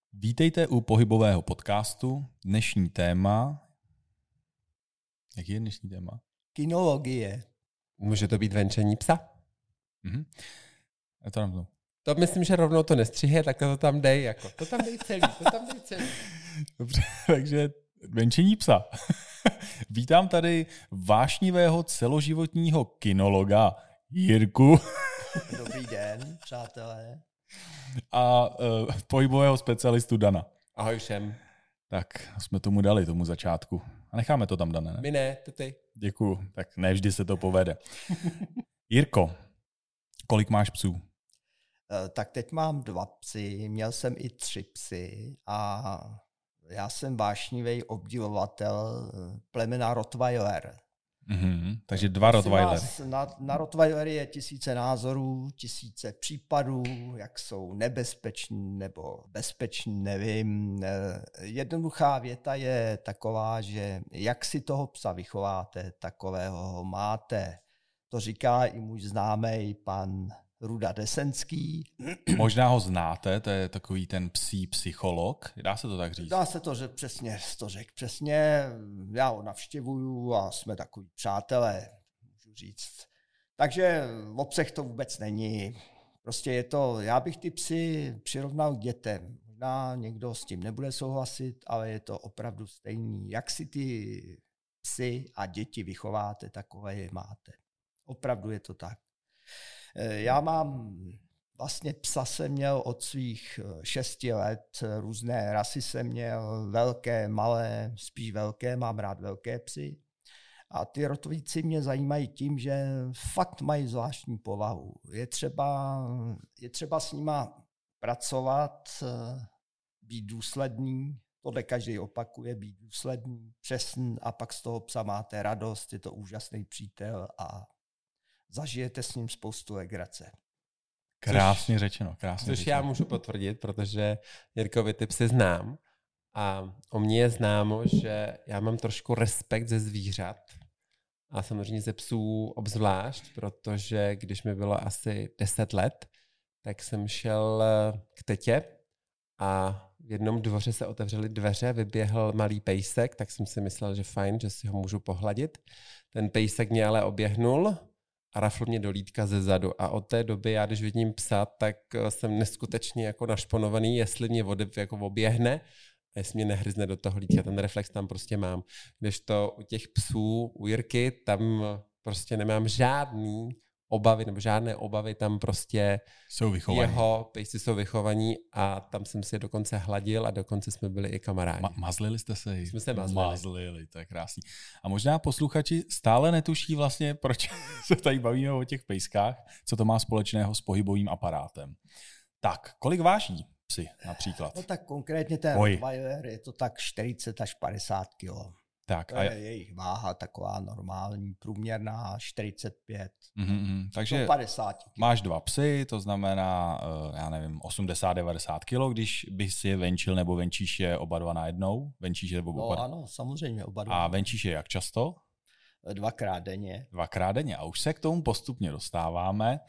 Vítejte u pohybového podcastu. Dnešní téma... Jaký je dnešní téma? Kinologie. Může to být venčení psa? Mhm. Je to rovnou. To myslím, že rovnou to nestřihne, tak to tam dej, jako. To tam dej celý. Dobře, takže venčení psa. Vítám tady vášnivého celoživotního kinologa Jirku. Dobrý den, přátelé. A pohybového specialistu Dana. Ahoj všem. Tak jsme tomu dali, tomu začátku. A necháme to tam, Dane, ne? My ne, to ty. Děkuju, tak ne vždy se to povede. Jirko, kolik máš psů? Tak teď mám 2 psy, měl jsem i 3 psy a já jsem vášnivý obdivovatel plemena Rottweiler. Takže 2 Rottweilery. Na Rottweilery je 1000 názorů, 1000 případů, jak jsou nebezpeční nebo bezpeční, nevím. Jednoduchá věta je taková, že jak si toho psa vychováte, takového ho máte. To říká i můj známý pan Ruda Desenský. Možná ho znáte, to je takový ten psí psycholog, dá se to tak říct? Dá se to, že přesně to řekl. Přesně, já ho navštěvuju a jsme takový přátelé, můžu říct. Takže o psech to vůbec není. Prostě je to, já bych ty psy přirovnal k dětem. Možná někdo s tím nebude souhlasit, ale je to opravdu stejný. Jak si ty psy a děti vychováte, takové je máte. Opravdu je to tak. Já mám vlastně psa jsem měl od svých 6 let, různé rasy jsem měl, velké, malé, spíš velké, mám rád velké psy. A ty rottweilci mě zajímají tím, že fakt mají zvláštní povahu. Je třeba s nima pracovat, být důsledný, tohle každý opakuje, být důsledný, přesný a pak z toho psa máte radost, je to úžasný přítel a zažijete s ním spoustu legrace. Krásně řečeno. Což já můžu potvrdit, protože Jirkovi ty psy znám a o mně je známo, že já mám trošku respekt ze zvířat a samozřejmě ze psů obzvlášť, protože když mi bylo asi 10 let, tak jsem šel k tetě a v jednom dvoře se otevřely dveře, vyběhl malý pejsek, tak jsem si myslel, že fajn, že si ho můžu pohladit. Ten pejsek mě ale oběhnul a rafl mě do lítka ze zadu. A od té doby já, když vidím psa, tak jsem neskutečně jako našponovaný, jestli mě jako oběhne a jestli mě nehryzne do toho lítka. Ten reflex tam prostě mám. Kdežto u těch psů, u Jirky, tam prostě nemám žádný obavy, nebo žádné obavy, tam prostě jsou vychovaní. Jeho pejsci jsou vychovaní a tam jsem si je dokonce hladil a dokonce jsme byli i kamarádi. Mazlili jste se? Jsme se mazlili, to je krásný. A možná posluchači stále netuší vlastně, proč se tady bavíme o těch pejskách, co to má společného s pohybovým aparátem. Tak, kolik váží psi například? No tak konkrétně ten Rottweiler je to tak 40 až 50 kg. Tak, to je jejich váha taková normální, průměrná 45 takže 50 kg. Máš 2 psy, to znamená, já nevím, 80-90 kg, když bys je venčil nebo venčíš je oba dva najednou? Venčíš je no ano, samozřejmě oba dva. A venčíš je jak často? 2krát denně. 2krát denně a už se k tomu postupně dostáváme.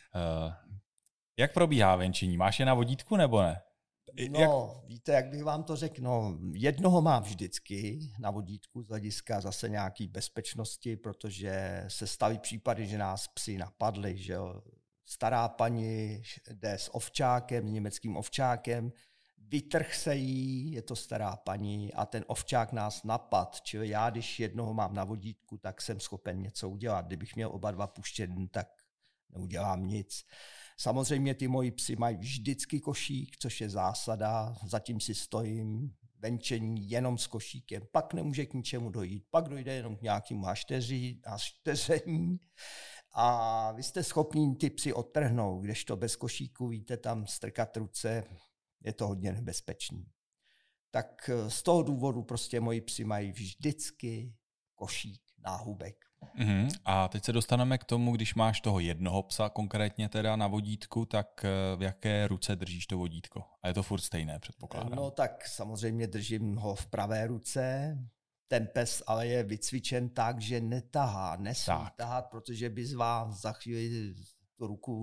Jak probíhá venčení? Máš je na vodítku nebo ne? No, víte, jak bych vám to řekl, no, jednoho mám vždycky na vodítku z hlediska zase nějaký bezpečnosti, protože se staví případy, že nás psi napadli, že jo. Stará paní jde s ovčákem, s německým ovčákem, vytrh se jí, je to stará paní a ten ovčák nás napad, čili já, když jednoho mám na vodítku, tak jsem schopen něco udělat. Kdybych měl oba dva puštěný, tak neudělám nic. Samozřejmě ty moji psi mají vždycky košík, což je zásada, zatím si stojím, venčení jenom s košíkem, pak nemůže k ničemu dojít, pak dojde jenom k nějakému hašteření a vy jste schopní ty psy odtrhnout, kdežto bez košíku, víte, tam strkat ruce, je to hodně nebezpečný. Tak z toho důvodu prostě moji psi mají vždycky košík, náhubek. A teď se dostaneme k tomu, když máš toho jednoho psa konkrétně teda na vodítku, tak v jaké ruce držíš to vodítko? A je to furt stejné, předpokládám. No tak samozřejmě držím ho v pravé ruce. Ten pes ale je vycvičen tak, že nesmí tahat, protože by z vás za chvíli tu ruku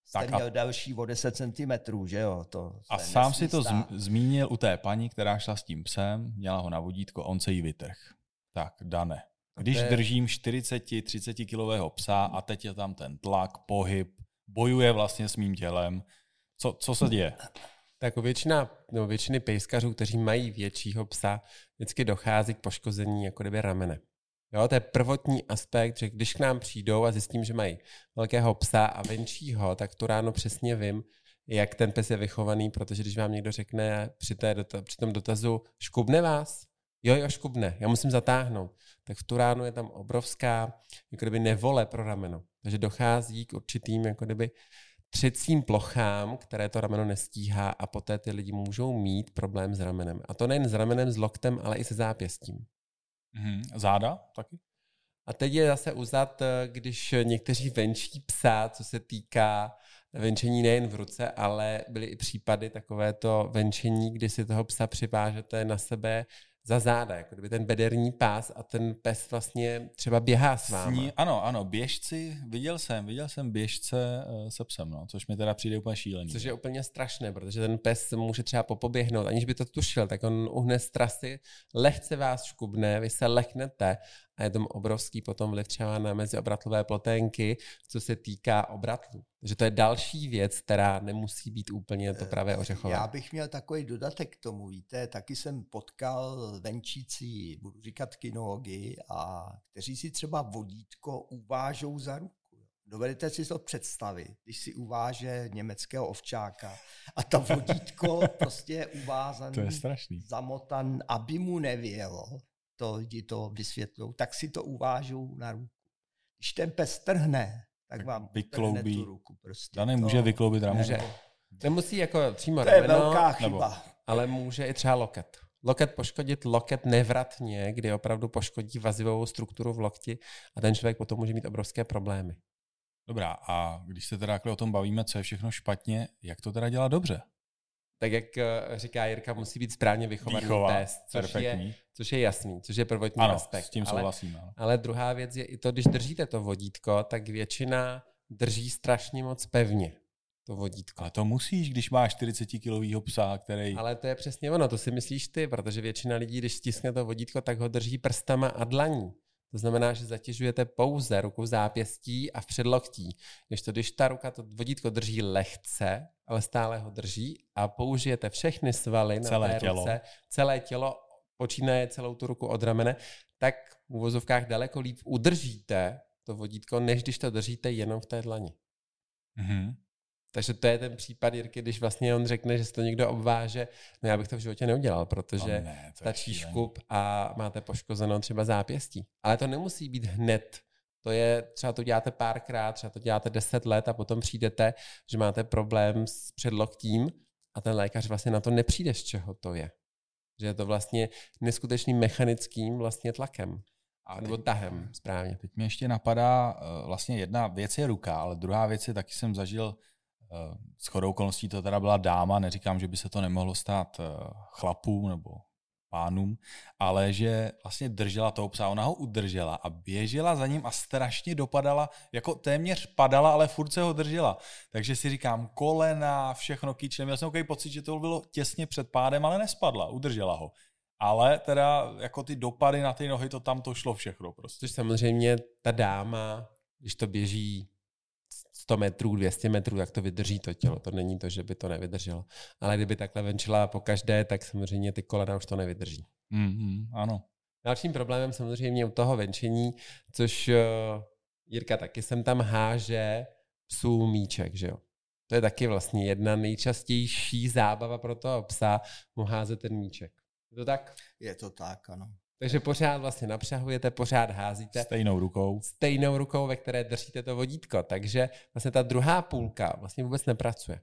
jste měl další o 10 cm, že jo? To a sám si to zmínil u té paní, která šla s tím psem, měla ho na vodítko, on se jí vytrh. Tak, Dane, když držím 40-30 kilového psa a teď je tam ten tlak, pohyb, bojuje vlastně s mým tělem, co se děje? Tak většiny pejskařů, kteří mají většího psa, vždycky dochází k poškození jako kdyby ramene. Jo, to je prvotní aspekt, že když k nám přijdou a zjistím, že mají velkého psa a venčího, tak tu ráno přesně vím, jak ten pes je vychovaný, protože když vám někdo řekne při tom dotazu, škubne vás? Jo, škubne, já musím zatáhnout. Tak v tu ránu je tam obrovská jako kdyby nevole pro rameno. Takže dochází k určitým jako kdyby třecím plochám, které to rameno nestíhá a poté ty lidi můžou mít problém s ramenem. A to nejen s ramenem, s loktem, ale i se zápěstím. Záda taky? A teď je zase uzad, když někteří venčí psa, co se týká venčení nejen v ruce, ale byly i případy takovéto venčení, kdy si toho psa přivážete na sebe za záda, jako kdyby ten bederní pás a ten pes vlastně třeba běhá s váma. Ano, běžci, viděl jsem běžce se psem, no, což mi teda přijde úplně šílený. Což je úplně strašné, protože ten pes může třeba popoběhnout, aniž by to tušil, tak on uhne z trasy, lehce vás škubne, vy se leknete a je tam obrovský potom vliv třeba na meziobratlové ploténky, co se týká obratlů. Takže to je další věc, která nemusí být úplně to pravé ořechové. Já bych měl takový dodatek k tomu, víte, taky jsem potkal venčící, budu říkat kinology, a kteří si třeba vodítko uvážou za ruku. Dovedete si to představit, když si uváže německého ovčáka a ta vodítko prostě je uvázaný, to je strašný, zamotan, aby mu nevělo, to lidi to vysvětlou, tak si to uvážou na ruku. Když ten pes trhne, tak vám vykloubí tu ruku prostě. Dane může vykloubit rameno. Nemusí jako přímo rameno. To je velká chyba. Ale může i třeba loket. Loket poškodit loket nevratně, kdy opravdu poškodí vazivovou strukturu v lokti a ten člověk potom může mít obrovské problémy. Dobrá, a když se teda o tom bavíme, co je všechno špatně, jak to teda dělat dobře? Tak jak říká Jirka, musí být správně vychovaný pes, což je jasný, což je prvotní aspekt. Ano, s tím souhlasím. Ale druhá věc je i to, když držíte to vodítko, tak většina drží strašně moc pevně to vodítko. Ale to musíš, když máš 40-kilovýho psa, který... Ale to je přesně ono, to si myslíš ty, protože většina lidí, když stiskne to vodítko, tak ho drží prstama a dlaní. To znamená, že zatěžujete pouze ruku zápěstí a v předloktí. Když ta ruka to vodítko drží lehce, ale stále ho drží a použijete všechny svaly na té ruce, celé tělo, počínaje celou tu ruku od ramene, tak v uvozovkách daleko líp udržíte to vodítko, než když to držíte jenom v té dlani. Mm-hmm. Takže to je ten případ, Jirky, když vlastně on řekne, že se to někdo obváže, no já bych to v životě neudělal, protože stačí škup a máte poškozeno třeba zápěstí. Ale to nemusí být hned. To je, třeba to děláte párkrát, třeba to děláte 10 let a potom přijdete, že máte problém s předloktím a ten lékař vlastně na to nepřijde, z čeho to je. Že je to vlastně neskutečným mechanickým vlastně tlakem. Nebo tahem, správně. Teď mě ještě napadá, vlastně jedna věc je ruka, ale druhá věc je, taky jsem zažil shodou okolností, to teda byla dáma, neříkám, že by se to nemohlo stát chlapům nebo pánům, ale že vlastně držela toho psa, ona ho udržela a běžela za ním a strašně dopadala, jako téměř padala, ale furt se ho držela. Takže si říkám, kolena, všechno kyčle, měl jsem takový pocit, že to bylo těsně před pádem, ale nespadla, udržela ho. Ale teda jako ty dopady na ty nohy, to tam to šlo všechno prostě. Což samozřejmě ta dáma, když to běží 100 metrů, 200 metrů, tak to vydrží to tělo. To není to, že by to nevydrželo. Ale kdyby takhle venčila po každé, tak samozřejmě ty kolena už to nevydrží. Ano. Dalším problémem samozřejmě u toho venčení, což Jirka taky sem tam háže psů míček, že jo. To je taky vlastně jedna nejčastější zábava pro toho psa, mu házet ten míček. Je to tak? Je to tak, ano. Takže pořád vlastně napřahujete, pořád házíte. Stejnou rukou, ve které držíte to vodítko. Takže vlastně ta druhá půlka vlastně vůbec nepracuje.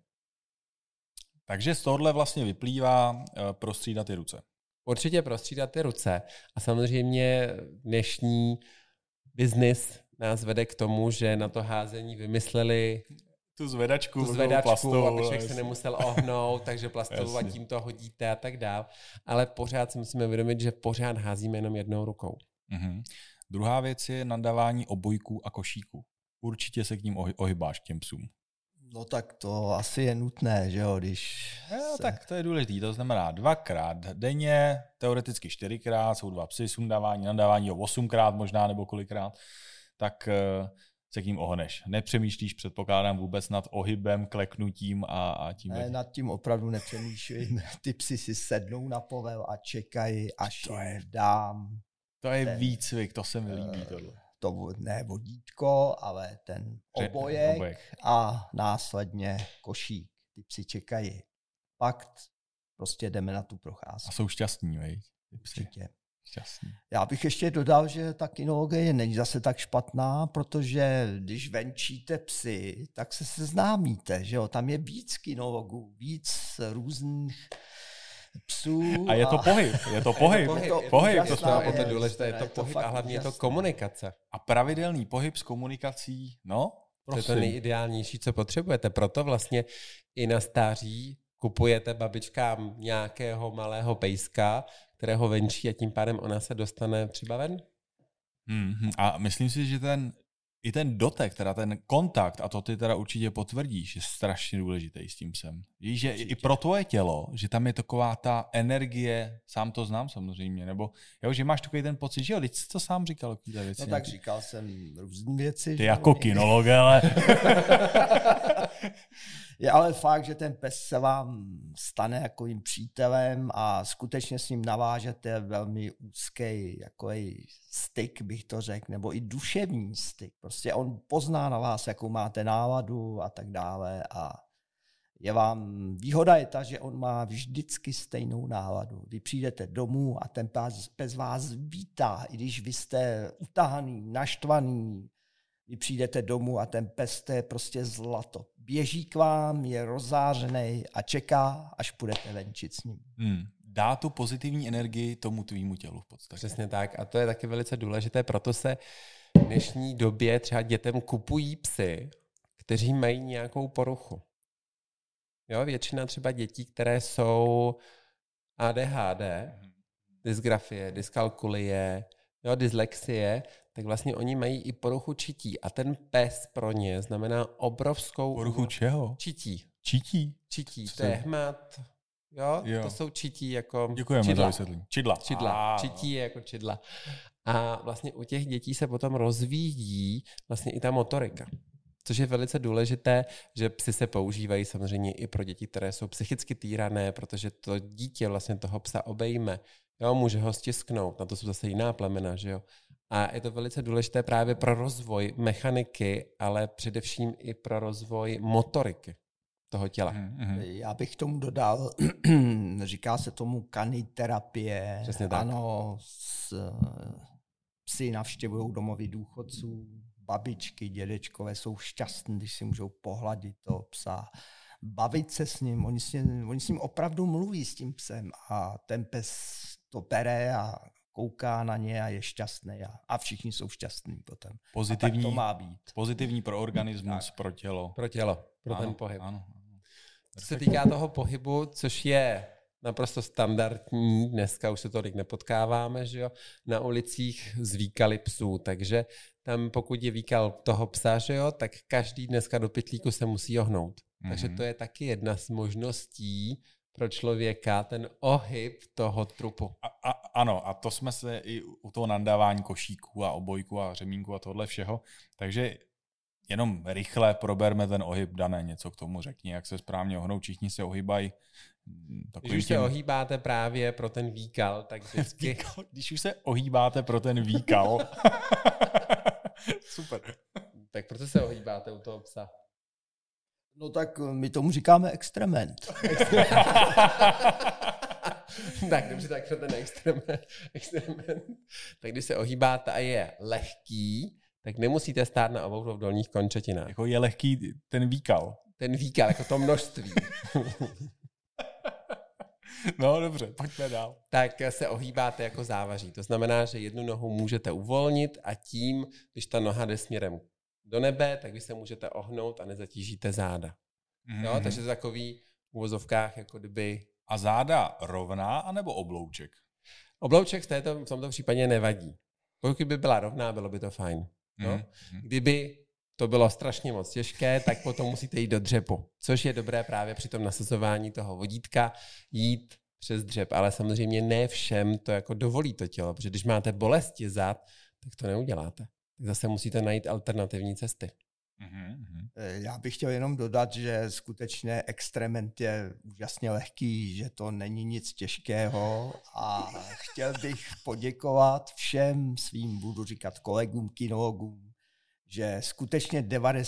Takže z tohohle vlastně vyplývá prostřídat ty ruce. Určitě prostřídat ty ruce. A samozřejmě dnešní biznis nás vede k tomu, že na to házení vymysleli tu zvedačku plastovou, aby člověk se nemusel ohnout, takže plastovou a tím to hodíte a tak dál. Ale pořád si musíme uvědomit, že pořád házíme jenom jednou rukou. Mm-hmm. Druhá věc je nadávání obojků a košíků. Určitě se k ním ohybáš k těm psům. No tak to asi je nutné, že jo, když... Tak to je důležité, to znamená 2x denně, teoreticky 4x, jsou 2 psy, sundávání, nadávání 8x možná nebo kolikrát, tak se k ním ohneš. Nepřemýšlíš, předpokládám, vůbec nad ohybem, kleknutím a tím. Ne, nad tím opravdu nepřemýšlím. Ty psy si sednou na povel a čekají, až jim dám. To je výcvik, to se mi líbí tohle. To ne vodítko, ale ten obojek a následně košík. Ty psy čekají. Pak prostě jdeme na tu procházku. A jsou šťastní, veď? Určitě. Šťastný. Já bych ještě dodal, že ta kinologie není zase tak špatná, protože když venčíte psy, tak se seznámíte, že jo? Tam je víc kinologů, víc různých psů. A je to pohyb. Je to pohyb. To je důležité, je to pohyb a hlavně je to komunikace. A pravidelný pohyb s komunikací, no, prosím. To je to nejideálnější, co potřebujete. Proto vlastně i na stáří kupujete babičkám nějakého malého pejska, kterého venčí a tím pádem ona se dostane třeba ven. A myslím si, že i ten dotek, teda ten kontakt, a to ty teda určitě potvrdíš, je strašně důležitý s tím psem. Víš, že i pro tvoje tělo, že tam je taková ta energie, sám to znám samozřejmě, nebo jo, že máš takový ten pocit, že jo, teď jsi to sám říkal, takové věci. No tak říkal jsem různé věci. Ty jako kinolog, ale... Je ale fakt, že ten pes se vám stane takovým přítelem a skutečně s ním navážete velmi úzký styk, bych to řekl, nebo i duševní styk. Prostě on pozná na vás, jakou máte náladu a tak dále a výhoda je ta, že on má vždycky stejnou náladu. Vy přijdete domů a ten pes vás vítá, i když vy jste utahaný, naštvaný. Vy přijdete domů a ten pes, to je prostě zlato. Běží k vám, je rozzářený a čeká, až budete venčit s ním. Dá tu pozitivní energii tomu tvýmu tělu v podstatě. Přesně tak. A to je taky velice důležité, proto se v dnešní době třeba dětem kupují psy, kteří mají nějakou poruchu. Jo, většina třeba dětí, které jsou ADHD, dysgrafie, dyskalkulie, jo, dyslexie, tak vlastně oni mají i poruchu čití. A ten pes pro ně znamená obrovskou... Poruchu čeho? Čití. Čití. To je hmat. Jo, to jsou čití jako děkujeme za vysvětlení. Čidla. Čití je jako čidla. A vlastně u těch dětí se potom rozvíjí vlastně i ta motorika. Což je velice důležité, že psy se používají samozřejmě i pro děti, které jsou psychicky týrané, protože to dítě vlastně toho psa obejme. Jo, může ho stisknout, na to jsou zase jiná plemena, že jo. A je to velice důležité právě pro rozvoj mechaniky, ale především i pro rozvoj motoriky toho těla. Já bych tomu dodal, říká se tomu kaniterapie. Přesně tak. Ano, psy navštěvují domovy důchodců, babičky, dědečkové jsou šťastní, když si můžou pohladit toho psa, bavit se s ním. Oni s ním opravdu mluví s tím psem a ten pes to bere a kouká na ně a je šťastný a všichni jsou šťastní potom. Pozitivní, tak to má být. Pozitivní pro organismus, pro tělo. Pro ten pohyb. Ano. Co se týká toho pohybu, což je naprosto standardní, dneska už se tolik nepotkáváme, že jo, na ulicích z výkaly psů, takže tam pokud je výkal toho psa, že jo, tak každý dneska do pytlíku se musí ohnout. Takže to je taky jedna z možností pro člověka, ten ohyb toho trupu. Ano, a to jsme se i u toho nadávání košíků a obojků a řemínku a tohle všeho, takže jenom rychle proberme ten ohyb, Dané, něco k tomu řekni, jak se správně ohnout, všichni se ohýbají. Když už se ohýbáte právě pro ten výkal, tak vždycky... Když už se ohýbáte pro ten výkal. Super. Tak proto se ohýbáte u toho psa? No tak my tomu říkáme extrement. Tak dobře, tak pro ten extrement. Tak když se ohýbáte a je lehký, tak nemusíte stát na obou dvou dolních končetinách. Jako je lehký ten výkal. Ten výkal, jako to množství. No dobře, pojďme dál. Tak se ohýbáte jako závaží. To znamená, že jednu nohu můžete uvolnit a tím, když ta noha jde směrem do nebe, tak vy se můžete ohnout a nezatížíte záda. Jo, takže to je takový v uvozovkách, jako kdyby... A záda rovná, anebo oblouček? Oblouček v tomto případě nevadí. Pokud by byla rovná, bylo by to fajn. No? Kdyby to bylo strašně moc těžké, tak potom musíte jít do dřepu, což je dobré právě při tom nasazování toho vodítka jít přes dřep, ale samozřejmě ne všem to jako dovolí to tělo, protože když máte bolesti zad, tak to neuděláte. Tak zase musíte najít alternativní cesty. Já bych chtěl jenom dodat, že skutečně extrement je úžasně lehký, že to není nic těžkého a chtěl bych poděkovat všem svým, budu říkat kolegům, kinologům, že skutečně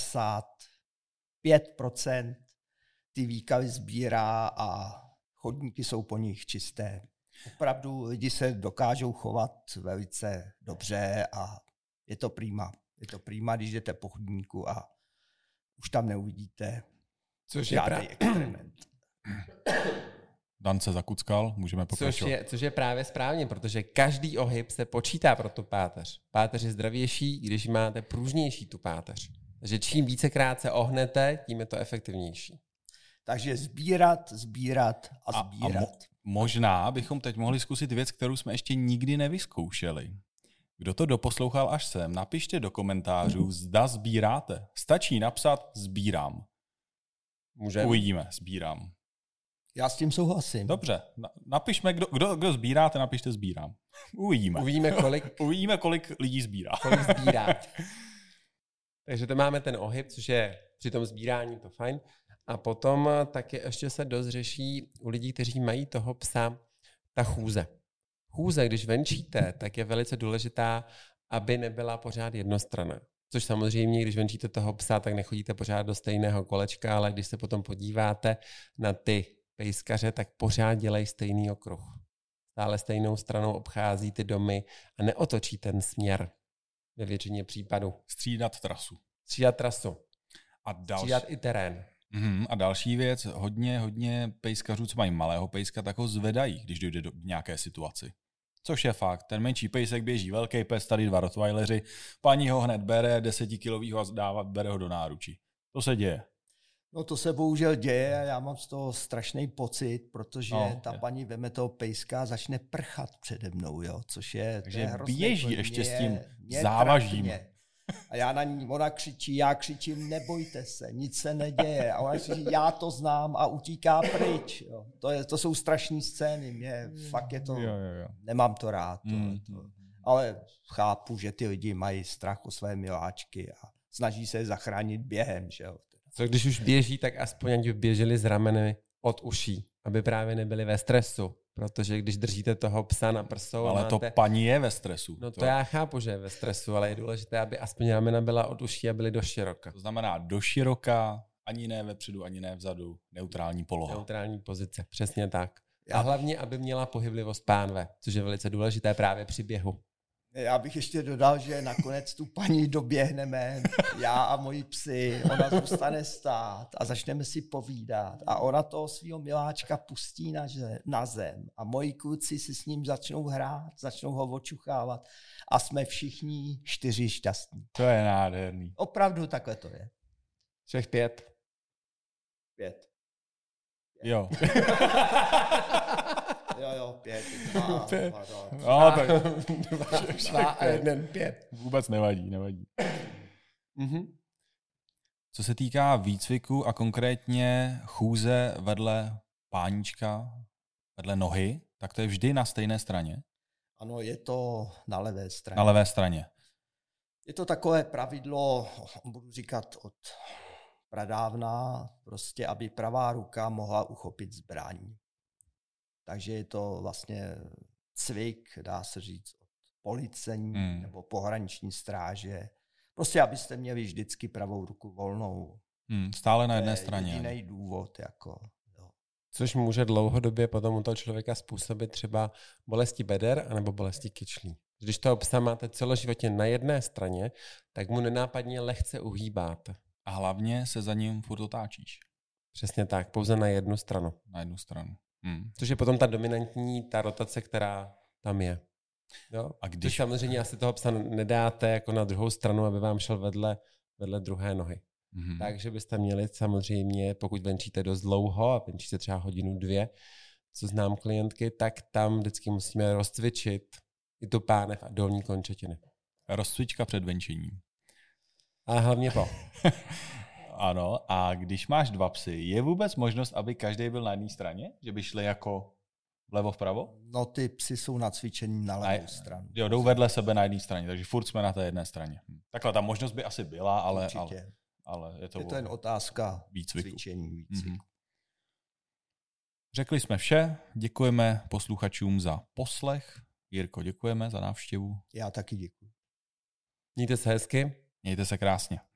95% ty výkaly sbírá a chodníky jsou po nich čisté. Opravdu lidi se dokážou chovat velice dobře a je to prima. Je to prima, když jdete po chodníku a už tam neuvidíte žádný experiment. Dan se zakuckal, můžeme pokračovat. Což je právě správně, protože každý ohyb se počítá pro tu páteř. Páteř je zdravější, když máte pružnější tu páteř. Takže čím vícekrát se ohnete, tím je to efektivnější. Takže sbírat. Možná bychom teď mohli zkusit věc, kterou jsme ještě nikdy nevyzkoušeli. Kdo to doposlouchal až sem, napište do komentářů, zda sbíráte. Stačí napsat sbírám. Uvidíme, sbírám. Já s tím souhlasím. Dobře, napišme, kdo sbíráte, napište sbírám. Uvidíme. Uvidíme, kolik lidí sbírá. Kolik sbírá. Takže to máme ten ohyb, což je při tom sbírání to fajn. A potom taky ještě se dost řeší u lidí, kteří mají toho psa, ta chůze. Chůze, když venčíte, tak je velice důležitá, aby nebyla pořád jednostranná. Což samozřejmě, když venčíte toho psa, tak nechodíte pořád do stejného kolečka, ale když se potom podíváte na ty pejskaře, tak pořád dělají stejný okruh. Stále stejnou stranou obchází ty domy a neotočí ten směr ve většině případů. Střídat trasu. Střídat i terén. A další věc, hodně pejskařů, co mají malého pejska, tak ho zvedají, když dojde do nějaké situaci. Což je fakt. Ten menší pejsek běží, velký pes, tady 2 rottweileři, paní ho hned bere, 10kilovýho a bere ho do náručí. To se děje. No to se bohužel děje a já mám z toho strašný pocit, protože ta paní veme toho pejska a začne prchat přede mnou, jo, což je... Takže běží ještě s tím závažím. A já na ní, ona křičí, já křičím, nebojte se, nic se neděje. A ona křičí, já to znám a utíká pryč. Jo. To jsou strašné scény, fakt je to, nemám to rád. Ale chápu, že ty lidi mají strach o své miláčky a snaží se je zachránit během. Že jo. Co když už běží, tak aspoň ať běželi z rameny od uší, aby právě nebyli ve stresu. Protože když držíte toho psa na prsou... Ale to paní je ve stresu. No to já chápu, že je ve stresu, ale je důležité, aby aspoň ramena byla od uší a byly do široka. To znamená do široka, ani ne vepředu, ani ne vzadu, neutrální poloha. Neutrální pozice, přesně tak. A hlavně, aby měla pohyblivost pánve, což je velice důležité právě při běhu. Já bych ještě dodal, že nakonec tu paní doběhneme, já a moji psi, ona zůstane stát a začneme si povídat a ona toho svého miláčka pustí na zem a moji kluci si s ním začnou hrát, začnou ho očuchávat a jsme všichni 4 šťastní. To je nádherný. Opravdu takhle to je. Všech 5. 5. Jo. Jo, 5. 2, 2 a 1, 5. Vůbec nevadí. Co se týká výcviku a konkrétně chůze vedle páníčka, vedle nohy, tak to je vždy na stejné straně? Ano, je to na levé straně. Na levé straně. Je to takové pravidlo, budu říkat od pradávna, prostě aby pravá ruka mohla uchopit zbraň. Takže je to vlastně cvik, dá se říct, od policejní nebo pohraniční stráže. Prostě abyste měli vždycky pravou ruku volnou. Stále na jedné straně. Jediný důvod. Jo. Což může dlouhodobě potom u toho člověka způsobit třeba bolesti beder anebo bolesti kyčlí. Když toho psa máte celoživotně na jedné straně, tak mu nenápadně lehce uhýbáte. A hlavně se za ním furt otáčíš. Přesně tak, pouze na jednu stranu. Na jednu stranu. Což je potom ta dominantní, ta rotace, která tam je. Jo? A když samozřejmě asi toho psa nedáte jako na druhou stranu, aby vám šel vedle druhé nohy. Takže byste měli samozřejmě, pokud venčíte dost dlouho a venčíte třeba 1-2 hodiny, co znám klientky, tak tam vždycky musíme rozcvičit i tu pánev a dolní končetiny. Rozcvička před venčením. A hlavně po. Ano, a když máš 2 psy, je vůbec možnost, aby každý byl na jedné straně? Že by šli jako vlevo vpravo? No ty psy jsou nacvičení na levou stranu. Jo, jdou vedle sebe na jedné straně, takže furt jsme na té jedné straně. Takhle ta možnost by asi byla, ale je to jen otázka výcviku. Výcviku. Mm-hmm. Řekli jsme vše, děkujeme posluchačům za poslech. Jirko, děkujeme za návštěvu. Já taky děkuji. Mějte se hezky. Mějte se krásně.